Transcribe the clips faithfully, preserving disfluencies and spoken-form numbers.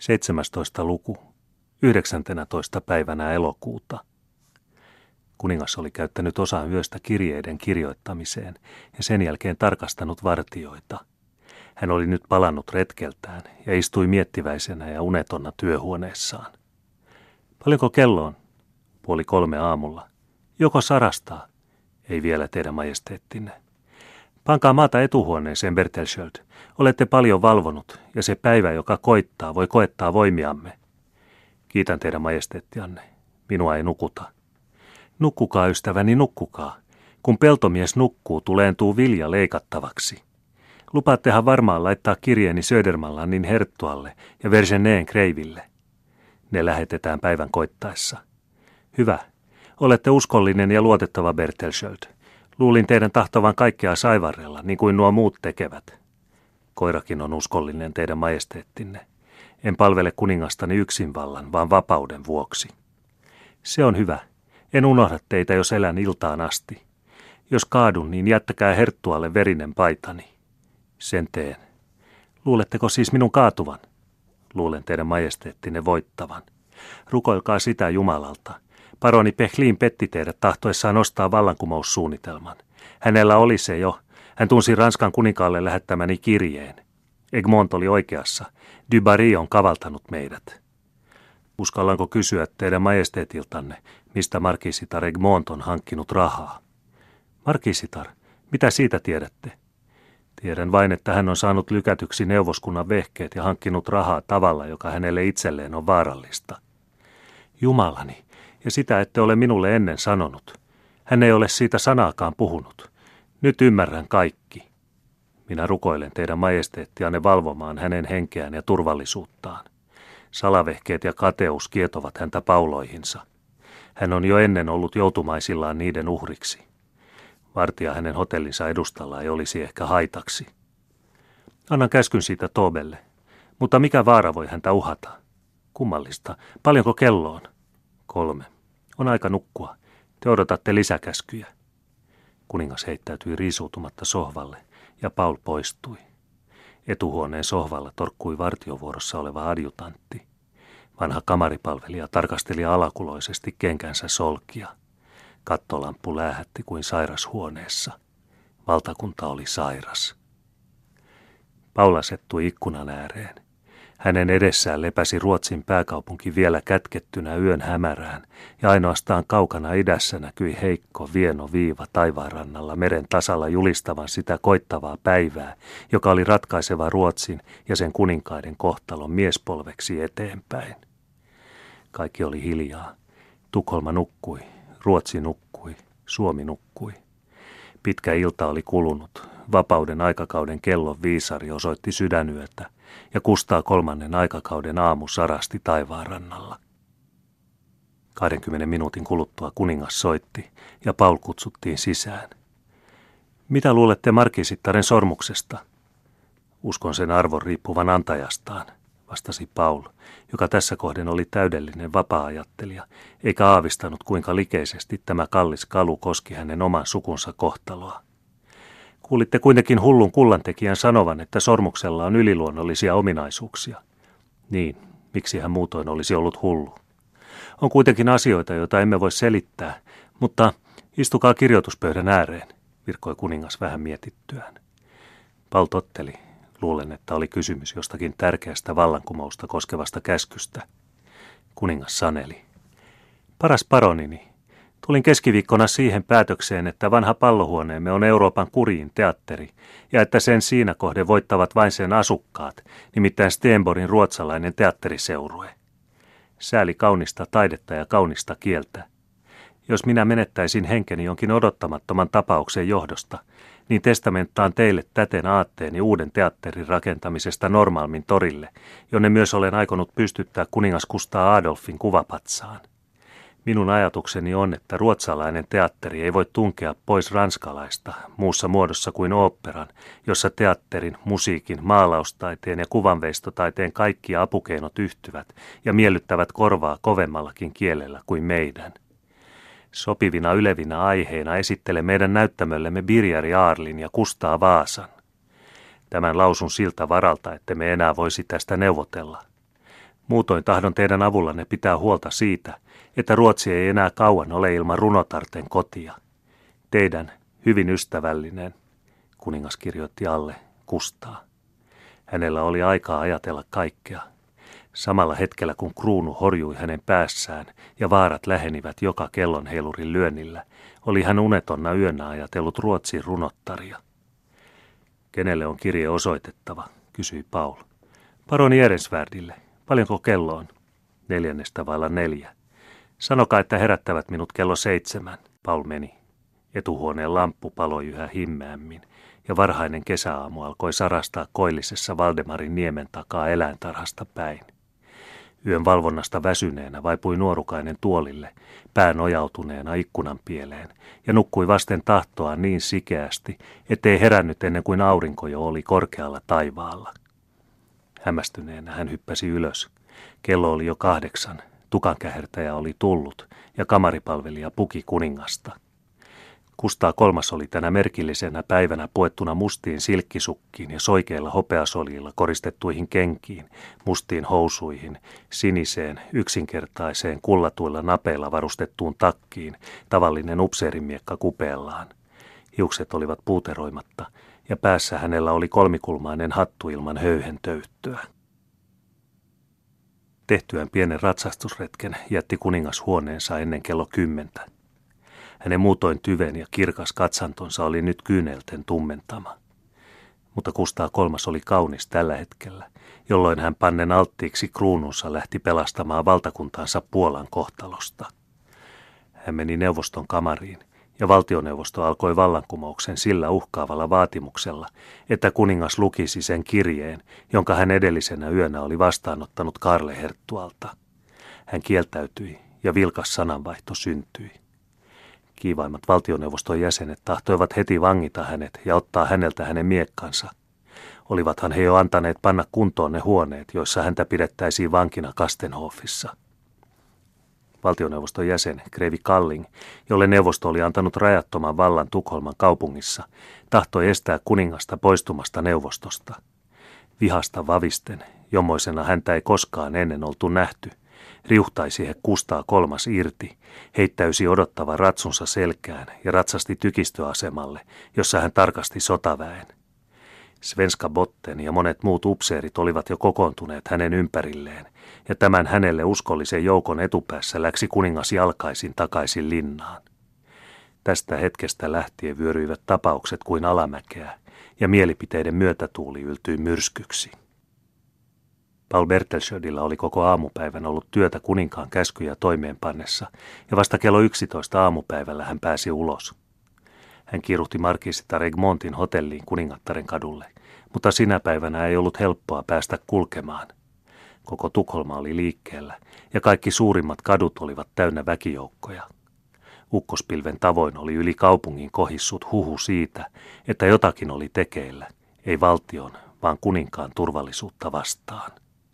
seitsemästoista luku, yhdeksäntenätoista päivänä elokuuta. Kuningas oli käyttänyt osan yöstä kirjeiden kirjoittamiseen ja sen jälkeen tarkastanut vartijoita. Hän oli nyt palannut retkeltään ja istui miettiväisenä ja unetonna työhuoneessaan. Paljonko kello on? Puoli kolme aamulla. Joko sarastaa? Ei vielä, teidän majesteettinne. Pankaa maata etuhuoneeseen, Bertelschöld. Olette paljon valvonut, ja se päivä, joka koittaa, voi koettaa voimiamme. Kiitän teidän majesteettianne. Minua ei nukuta. Nukkukaa, ystäväni, nukkukaa. Kun peltomies nukkuu, tuleentuu vilja leikattavaksi. Lupaattehan varmaan laittaa kirjeeni Södermanlannin herttualle ja Vergeneen kreiville. Ne lähetetään päivän koittaessa. Hyvä. Olette uskollinen ja luotettava, Bertelschöld. Luulin teidän tahtovan kaikkea saivarrella, niin kuin nuo muut tekevät. Koirakin on uskollinen, teidän majesteettinne. En palvele kuningastani yksinvallan, vaan vapauden vuoksi. Se on hyvä. En unohda teitä, jos elän iltaan asti. Jos kaadun, niin jättäkää herttualle verinen paitani. Sen teen. Luuletteko siis minun kaatuvan? Luulen teidän majesteettinne voittavan. Rukoilkaa sitä Jumalalta. Paroni Pechlin petti teidät tahtoessaan ostaa vallankumoussuunnitelman. Hänellä oli se jo. Hän tunsi Ranskan kuninkaalle lähettämäni kirjeen. Egmont oli oikeassa. Du Barry on kavaltanut meidät. Uskallanko kysyä teidän majesteetiltanne, mistä markisitar Egmont on hankkinut rahaa? Markisitar, mitä siitä tiedätte? Tiedän vain, että hän on saanut lykätyksi neuvoskunnan vehkeet ja hankkinut rahaa tavalla, joka hänelle itselleen on vaarallista. Jumalani, ja sitä ette ole minulle ennen sanonut. Hän ei ole siitä sanaakaan puhunut. Nyt ymmärrän kaikki. Minä rukoilen teidän majesteettianne valvomaan hänen henkeään ja turvallisuuttaan. Salavehkeet ja kateus kietovat häntä pauloihinsa. Hän on jo ennen ollut joutumaisillaan niiden uhriksi. Vartija hänen hotellinsa edustalla ei olisi ehkä haitaksi. Annan käskyn siitä Tobelle. Mutta mikä vaara voi häntä uhata? Kummallista. Paljonko kello on? Kolme. On aika nukkua. Te odotatte lisäkäskyjä. Kuningas heittäytyi riisuutumatta sohvalle ja Paul poistui. Etuhuoneen sohvalla torkkui vartiovuorossa oleva adjutantti. Vanha kamaripalvelija tarkasteli alakuloisesti kenkänsä solkia. Kattolamppu läähätti kuin sairashuoneessa. Valtakunta oli sairas. Paul asettui ikkunan ääreen. Hänen edessään lepäsi Ruotsin pääkaupunki vielä kätkettynä yön hämärään, ja ainoastaan kaukana idässä näkyi heikko, vieno viiva taivaanrannalla meren tasalla julistavan sitä koittavaa päivää, joka oli ratkaiseva Ruotsin ja sen kuninkaiden kohtalon miespolveksi eteenpäin. Kaikki oli hiljaa. Tukholma nukkui, Ruotsi nukkui, Suomi nukkui. Pitkä ilta oli kulunut. Vapauden aikakauden kellon viisari osoitti sydänyötä, ja Kustaa kolmannen aikakauden aamu sarasti taivaanrannalla. Kahdenkymmenen minuutin kuluttua kuningas soitti, ja Paul kutsuttiin sisään. Mitä luulette markisittaren sormuksesta? Uskon sen arvon riippuvan antajastaan, vastasi Paul, joka tässä kohden oli täydellinen vapaa-ajattelija, eikä aavistanut kuinka likeisesti tämä kallis kalu koski hänen oman sukunsa kohtaloa. Kuulitte kuitenkin hullun kullantekijän sanovan, että sormuksella on yliluonnollisia ominaisuuksia. Niin, miksi hän muutoin olisi ollut hullu? On kuitenkin asioita, joita emme voi selittää, mutta istukaa kirjoituspöydän ääreen, virkoi kuningas vähän mietittyään. Paul totteli. Luulen, että oli kysymys jostakin tärkeästä vallankumousta koskevasta käskystä. Kuningas saneli. Paras paronini, tulin keskiviikkona siihen päätökseen, että vanha pallohuoneemme on Euroopan kurjin teatteri, ja että sen siinä kohde voittavat vain sen asukkaat, nimittäin Stenborgin ruotsalainen teatteriseurue. Sääli kaunista taidetta ja kaunista kieltä. Jos minä menettäisin henkeni jonkin odottamattoman tapauksen johdosta, niin testamenttaan teille täten aatteeni uuden teatterin rakentamisesta Normalmin torille, jonne myös olen aikonut pystyttää kuningas Kustaa Adolfin kuvapatsaan. Minun ajatukseni on, että ruotsalainen teatteri ei voi tunkea pois ranskalaista muussa muodossa kuin oopperan, jossa teatterin, musiikin, maalaustaiteen ja kuvanveistotaiteen kaikki apukeinot yhtyvät ja miellyttävät korvaa kovemmallakin kielellä kuin meidän. Sopivina ylevinä aiheina esittele meidän näyttämöllemme Birger Jarlin ja Kustaa Vaasan. Tämän lausun siltä varalta, että me enää voisi tästä neuvotella. Muutoin tahdon teidän avullanne pitää huolta siitä, että Ruotsi ei enää kauan ole ilman runotarten kotia. Teidän hyvin ystävällinen, kuningas kirjoitti alle, Kustaa. Hänellä oli aikaa ajatella kaikkea. Samalla hetkellä kun kruunu horjui hänen päässään ja vaarat lähenivät joka kellonheilurin lyönnillä, oli hän unetonna yönä ajatellut Ruotsin runottaria. Kenelle on kirje osoitettava, kysyi Paul. Paroni Ehrensvärdille. Paljonko kello on? Neljännestä vailla neljä. Sanokaa, että herättävät minut kello seitsemän. Paul meni. Etuhuoneen lamppu paloi yhä himmeämmin, ja varhainen kesäaamu alkoi sarastaa koillisessa Valdemarin niemen takaa eläintarhasta päin. Yön valvonnasta väsyneenä vaipui nuorukainen tuolille, pää nojautuneena ikkunan pieleen, ja nukkui vasten tahtoa niin sikeästi, ettei herännyt ennen kuin aurinko jo oli korkealla taivaalla. Hämmästyneenä hän hyppäsi ylös. Kello oli jo kahdeksan, tukankähertäjä oli tullut, ja kamaripalvelija puki kuningasta. Kustaa kolmas oli tänä merkillisenä päivänä puettuna mustiin silkkisukkiin ja soikeilla hopeasoljilla koristettuihin kenkiin, mustiin housuihin, siniseen, yksinkertaiseen kullatuilla napeilla varustettuun takkiin, tavallinen upseerimiekka kupeellaan. Hiukset olivat puuteroimatta, ja päässä hänellä oli kolmikulmainen hattu ilman höyhentöyttöä. Tehtyään pienen ratsastusretken jätti kuningas huoneensa ennen kello kymmentä. Hänen muutoin tyven ja kirkas katsantonsa oli nyt kyynelten tummentama. Mutta Kustaa kolmas oli kaunis tällä hetkellä, jolloin hän pannen alttiiksi kruununsa lähti pelastamaan valtakuntaansa Puolan kohtalosta. Hän meni neuvoston kamariin, ja valtioneuvosto alkoi vallankumouksen sillä uhkaavalla vaatimuksella, että kuningas lukisi sen kirjeen, jonka hän edellisenä yönä oli vastaanottanut Karle Herttualta. Hän kieltäytyi, ja vilkas sananvaihto syntyi. Kiivaimmat valtioneuvoston jäsenet tahtoivat heti vangita hänet ja ottaa häneltä hänen miekkansa. Olivathan he jo antaneet panna kuntoon ne huoneet, joissa häntä pidettäisiin vankina Kastenhofissa. Valtioneuvoston jäsen Krevi Kalling, jolle neuvosto oli antanut rajattoman vallan Tukholman kaupungissa, tahtoi estää kuningasta poistumasta neuvostosta. Vihasta vavisten, jommoisena häntä ei koskaan ennen oltu nähty, riuhtaisi he Kustaa kolmas irti, heittäysi odottava ratsunsa selkään ja ratsasti tykistöasemalle, jossa hän tarkasti sotaväen. Svenska Botten ja monet muut upseerit olivat jo kokoontuneet hänen ympärilleen, ja tämän hänelle uskollisen joukon etupäässä läksi kuningas jalkaisin takaisin linnaan. Tästä hetkestä lähtien vyöryivät tapaukset kuin alamäkeä, ja mielipiteiden myötätuuli yltyi myrskyksi. Paul Bertelsköldillä oli koko aamupäivän ollut työtä kuninkaan käskyjä toimeenpannessa, ja vasta kello yksitoista aamupäivällä hän pääsi ulos. Hän kiiruhti markiisitar Egmontin hotelliin Kuningattaren kadulle, mutta sinä päivänä ei ollut helppoa päästä kulkemaan. Koko Tukholma oli liikkeellä, ja kaikki suurimmat kadut olivat täynnä väkijoukkoja. Ukkospilven tavoin oli yli kaupungin kohissut huhu siitä, että jotakin oli tekeillä, ei valtion, vaan kuninkaan turvallisuutta vastaan.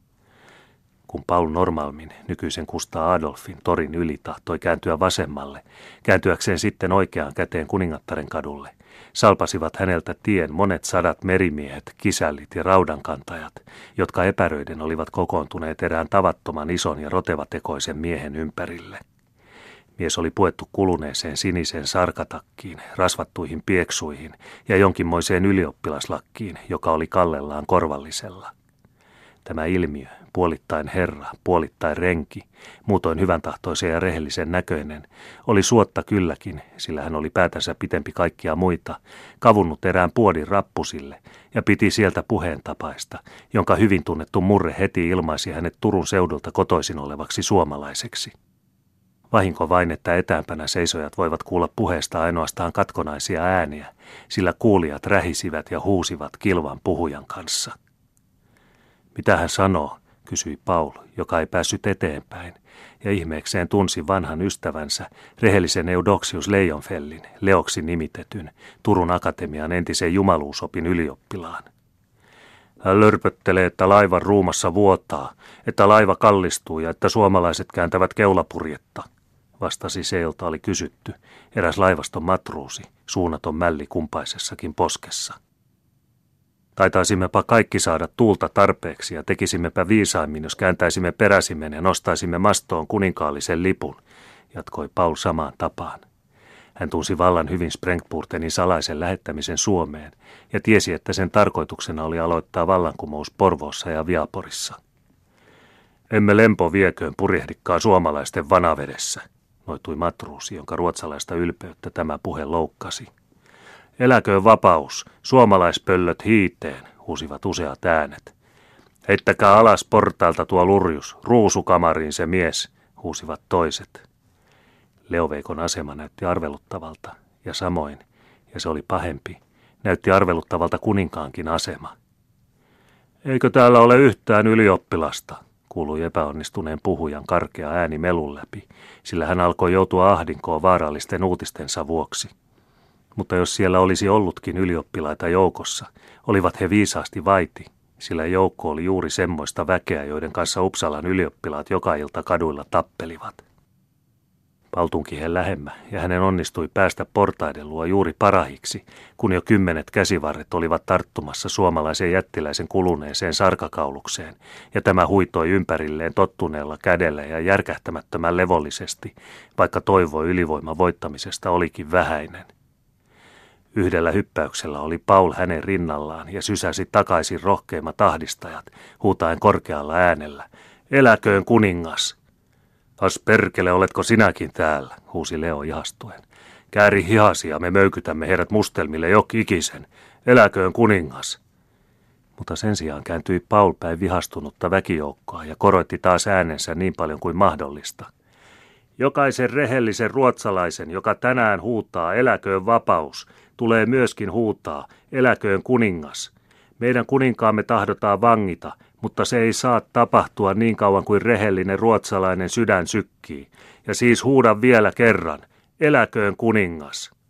Kun Paul Normalmin, nykyisen Kustaa Adolfin, torin yli tahtoi kääntyä vasemmalle, kääntyäkseen sitten oikeaan käteen Kuningattaren kadulle, salpasivat häneltä tien monet sadat merimiehet, kisällit ja raudankantajat, jotka epäröiden olivat kokoontuneet erään tavattoman ison ja rotevatekoisen miehen ympärille. Mies oli puettu kuluneeseen siniseen sarkatakkiin, rasvattuihin pieksuihin ja jonkinmoiseen ylioppilaslakkiin, joka oli kallellaan korvallisella. Tämä ilmiö, puolittain herra, puolittain renki, muutoin hyvän tahtoisen ja rehellisen näköinen, oli suotta kylläkin, sillä hän oli päätänsä pitempi kaikkia muita, kavunnut erään puodin rappusille ja piti sieltä puheen tapaista, jonka hyvin tunnettu murre heti ilmaisi hänet Turun seudulta kotoisin olevaksi suomalaiseksi. Vahinko vain, että etäämpänä seisojat voivat kuulla puheesta ainoastaan katkonaisia ääniä, sillä kuulijat rähisivät ja huusivat kilvan puhujan kanssa. Mitä hän sanoo, kysyi Paul, joka ei päässyt eteenpäin, ja ihmeekseen tunsi vanhan ystävänsä, rehellisen Eudoxius Leijonfellin, Leoksi nimitetyn, Turun Akatemian entisen jumaluusopin ylioppilaan. Hän lörpöttelee, että laivan ruumassa vuotaa, että laiva kallistuu ja että suomalaiset kääntävät keulapurjetta, vastasi se, jolta oli kysytty, eräs laivaston matruusi, suunnaton mälli kumpaisessakin poskessa. Taitaisimmepa kaikki saada tuulta tarpeeksi ja tekisimmepä viisaimmin, jos kääntäisimme peräsimen ja nostaisimme mastoon kuninkaallisen lipun, jatkoi Paul samaan tapaan. Hän tunsi vallan hyvin Sprengtburtenin salaisen lähettämisen Suomeen ja tiesi, että sen tarkoituksena oli aloittaa vallankumous Porvoossa ja Viaporissa. Emme lempo vieköön purjehdikkaa suomalaisten vanavedessä, noitui matruusi, jonka ruotsalaista ylpeyttä tämä puhe loukkasi. Eläköön vapaus, suomalaispöllöt hiiteen, huusivat useat äänet. Heittäkää alas portailta tuo lurjus, ruusukamariin se mies, huusivat toiset. Leoveikon asema näytti arveluttavalta, ja samoin, ja se oli pahempi, näytti arveluttavalta kuninkaankin asema. Eikö täällä ole yhtään ylioppilasta, kuului epäonnistuneen puhujan karkea ääni melun läpi, sillä hän alkoi joutua ahdinkoon vaarallisten uutistensa vuoksi. Mutta jos siellä olisi ollutkin ylioppilaita joukossa, olivat he viisaasti vaiti, sillä joukko oli juuri semmoista väkeä, joiden kanssa Uppsalan ylioppilaat joka ilta kaduilla tappelivat. Paul tunki he lähemmä, ja hänen onnistui päästä portaiden luo juuri parahiksi, kun jo kymmenet käsivarret olivat tarttumassa suomalaisen jättiläisen kuluneeseen sarkakaulukseen, ja tämä huitoi ympärilleen tottuneella kädellä ja järkähtämättömän levollisesti, vaikka toivo ylivoiman voittamisesta olikin vähäinen. Yhdellä hyppäyksellä oli Paul hänen rinnallaan ja sysäsi takaisin rohkeimmat ahdistajat, huutaen korkealla äänellä, eläköön kuningas! As perkele, oletko sinäkin täällä, huusi Leo ihastuen. Kääri hihasi ja me möykytämme heidät mustelmille jok ikisen, eläköön kuningas! Mutta sen sijaan kääntyi Paul päin vihastunutta väkijoukkoa ja koroitti taas äänensä niin paljon kuin mahdollista. Jokaisen rehellisen ruotsalaisen, joka tänään huutaa eläköön vapaus, tulee myöskin huutaa eläköön kuningas. Meidän kuninkaamme tahdotaan vangita, mutta se ei saa tapahtua niin kauan kuin rehellinen ruotsalainen sydän sykkii. Ja siis huuda vielä kerran, eläköön kuningas.